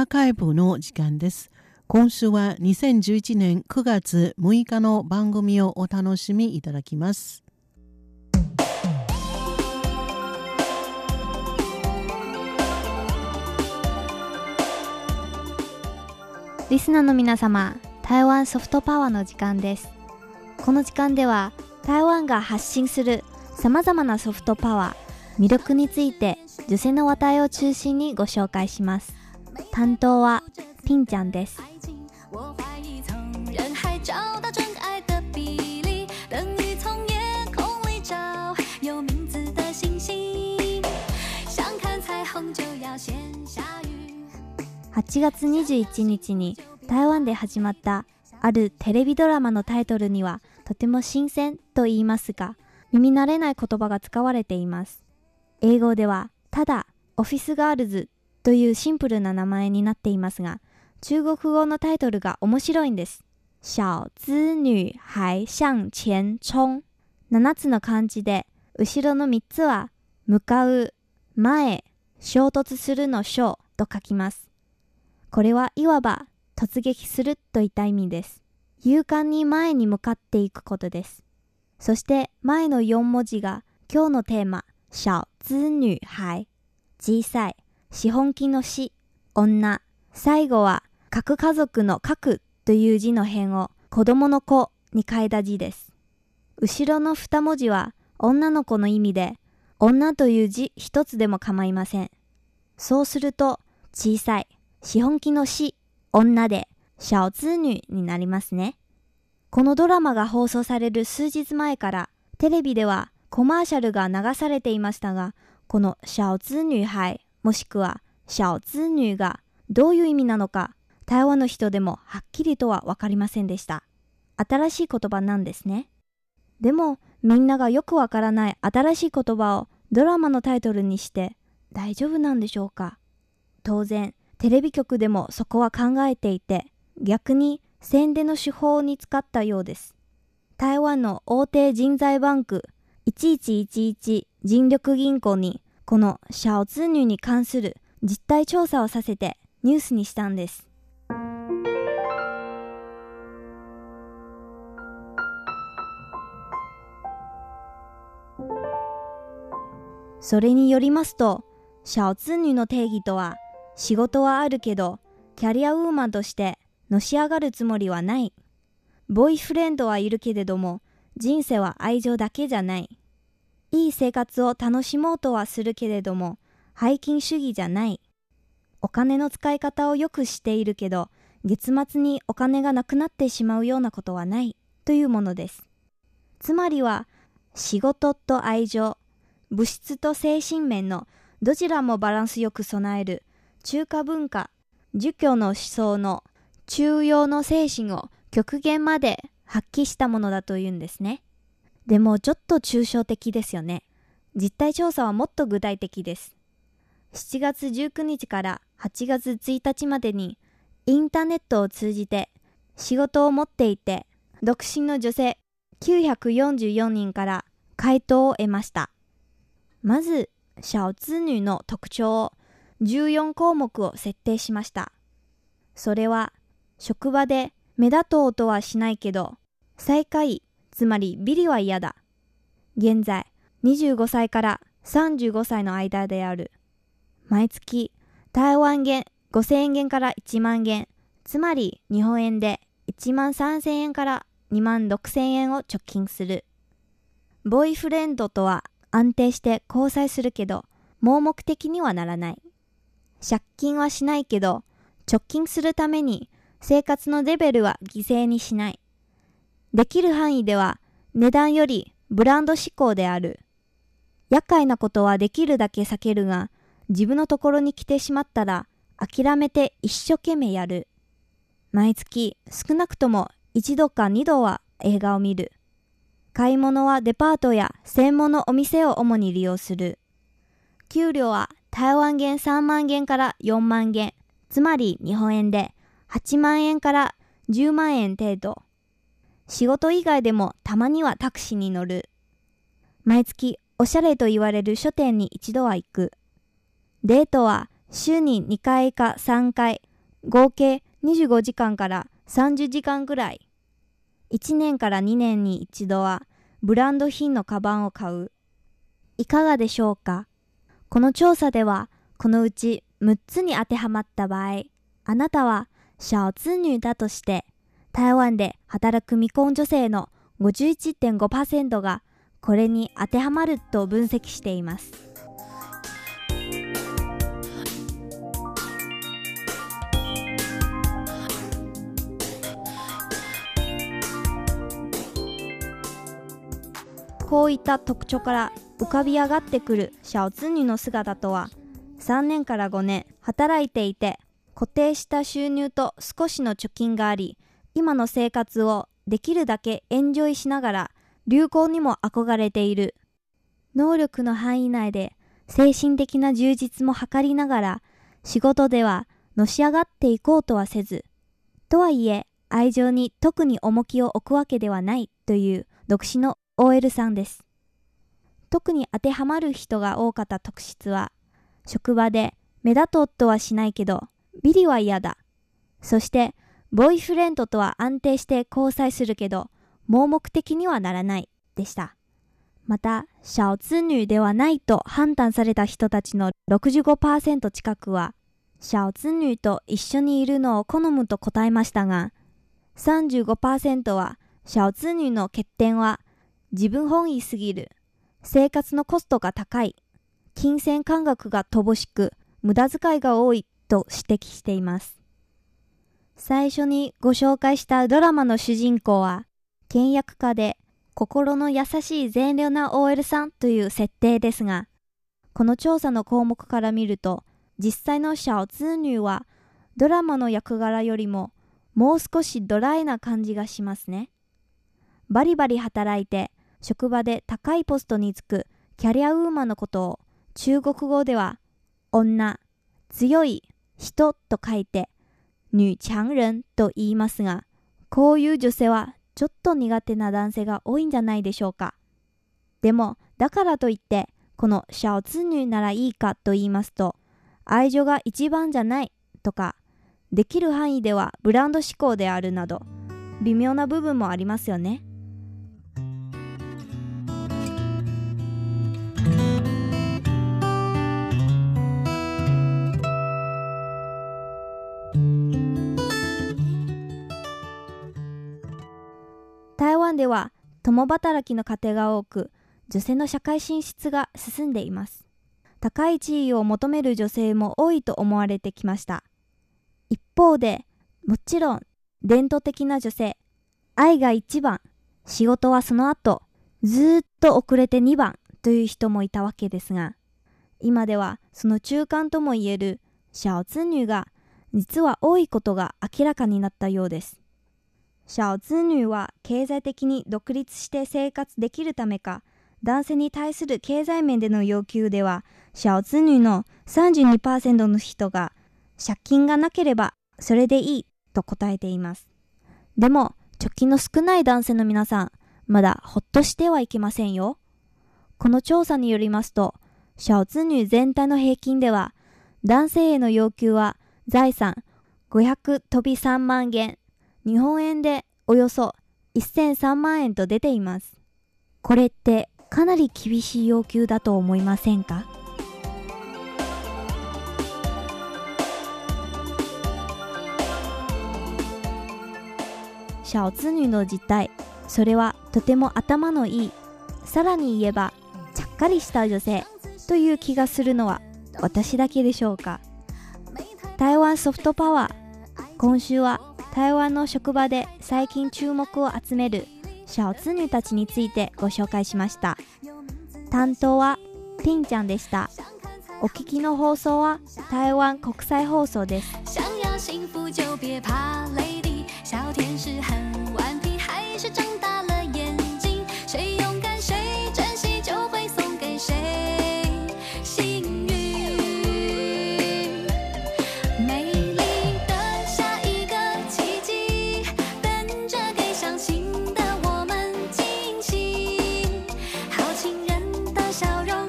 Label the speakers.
Speaker 1: ーカイブの時間です。今週は2011年9月6日の番組をお楽しみいただきます。
Speaker 2: リスナーの皆様、台湾ソフトパワーの時間です。この時間では台湾が発信するさまざまなソフトパワー、魅力について女性の話題を中心にご紹介します。担当はピンちゃんです。8月21日に台湾で始まったあるテレビドラマのタイトルにはとても新鮮と言いますが、耳慣れない言葉が使われています。英語ではただオフィスガールズというシンプルな名前になっていますが、中国語のタイトルが面白いんです。小資女孩向前衝。7つの漢字で、後ろの3つは向かう、前、衝突するの衝と書きます。これはいわば突撃するといった意味です。勇敢に前に向かっていくことです。そして前の4文字が今日のテーマ、小資女孩。小さい、資本金の資、女。最後は核家族の核という字の辺を子供の子に変えた字です。後ろの2文字は女の子の意味で、女という字一つでも構いません。そうすると小さい、資本金の資、女で小資女になりますね。このドラマが放送される数日前からテレビではコマーシャルが流されていましたが、この小資女孩もしくは小資女がどういう意味なのか、台湾の人でもはっきりとはわかりませんでした。新しい言葉なんですね。でもみんながよくわからない新しい言葉をドラマのタイトルにして大丈夫なんでしょうか。当然テレビ局でもそこは考えていて、逆に宣伝の手法に使ったようです。台湾の大手人材バンク1111人力銀行にこの小資女に関する実態調査をさせてニュースにしたんです。それによりますと、小資女の定義とは、仕事はあるけどキャリアウーマンとしてのし上がるつもりはない。ボーイフレンドはいるけれども人生は愛情だけじゃない。いい生活を楽しもうとはするけれども背金主義じゃない。お金の使い方をよくしているけど月末にお金がなくなってしまうようなことはないというものです。つまりは仕事と愛情、物質と精神面のどちらもバランスよく備える中華文化、儒教の思想の中庸の精神を極限まで発揮したものだというんですね。でもちょっと抽象的ですよね。実態調査はもっと具体的です。7月19日から8月1日までにインターネットを通じて仕事を持っていて独身の女性944人から回答を得ました。まず小資女の特徴を14項目を設定しました。それは職場で目立とうとはしないけど最下位、つまりビリは嫌だ。現在25歳から35歳の間である。毎月台湾元5000元から1万元、つまり日本円で1万3000円から2万6000円を貯金する。ボーイフレンドとは安定して交際するけど盲目的にはならない。借金はしないけど貯金するために生活のレベルは犠牲にしない。できる範囲では値段よりブランド志向である。厄介なことはできるだけ避けるが、自分のところに来てしまったら諦めて一生懸命やる。毎月少なくとも1度か2度は映画を見る。買い物はデパートや専門のお店を主に利用する。給料は台湾元3万元から4万元、つまり日本円で8万円から10万円程度。仕事以外でもたまにはタクシーに乗る。毎月おしゃれと言われる書店に一度は行く。デートは週に2回か3回、 合計25時間から30時間ぐらい。1年から2年に一度はブランド品のカバンを買う。いかがでしょうか。この調査では、このうち6つに当てはまった場合、あなたは小資女だとして、台湾で働く未婚女性の 51.5% がこれに当てはまると分析しています。こういった特徴から浮かび上がってくる小資女の姿とは、3年から5年働いていて固定した収入と少しの貯金があり、今の生活をできるだけエンジョイしながら流行にも憧れている。能力の範囲内で精神的な充実も図りながら、仕事ではのし上がっていこうとはせず、とはいえ愛情に特に重きを置くわけではないという独身の OL さんです。特に当てはまる人が多かった特質は、職場で目立とうとはしないけどビリは嫌だ。そしてボーイフレンドとは安定して交際するけど盲目的にはならないでした。また小資女ではないと判断された人たちの 65% 近くは小資女と一緒にいるのを好むと答えましたが、 35% は小資女の欠点は自分本位すぎる、生活のコストが高い、金銭感覚が乏しく無駄遣いが多いと指摘しています。最初にご紹介したドラマの主人公は倹約家で心の優しい善良な OL さんという設定ですが、この調査の項目から見ると、実際の小資女はドラマの役柄よりももう少しドライな感じがしますね。バリバリ働いて職場で高いポストに就くキャリアウーマンのことを中国語では女、強い人と書いて女強人と言いますが、こういう女性はちょっと苦手な男性が多いんじゃないでしょうか。でもだからといってこの小資女ならいいかと言いますと、愛情が一番じゃないとか、できる範囲ではブランド志向であるなど微妙な部分もありますよね。台湾では共働きの家庭が多く、女性の社会進出が進んでいます。高い地位を求める女性も多いと思われてきました。一方で、もちろん伝統的な女性、愛が一番、仕事はその後、ずっと遅れて2番という人もいたわけですが、今ではその中間ともいえる小資女が実は多いことが明らかになったようです。小資女は経済的に独立して生活できるためか、男性に対する経済面での要求では、小資女の 32% の人が借金がなければそれでいいと答えています。でも貯金の少ない男性の皆さん、まだほっとしてはいけませんよ。この調査によりますと、小資女全体の平均では、男性への要求は財産503万元、日本円でおよそ1003万円と出ています。これってかなり厳しい要求だと思いませんか？小資女の実態、それはとても頭のいい、さらに言えばちゃっかりした女性という気がするのは私だけでしょうか。台湾ソフトパワー、今週は台湾の職場で最近注目を集める小資女たちについてご紹介しました。担当はピンちゃんでした。お聞きの放送は台湾国際放送です。想要幸福就别怕 Lady 小天使很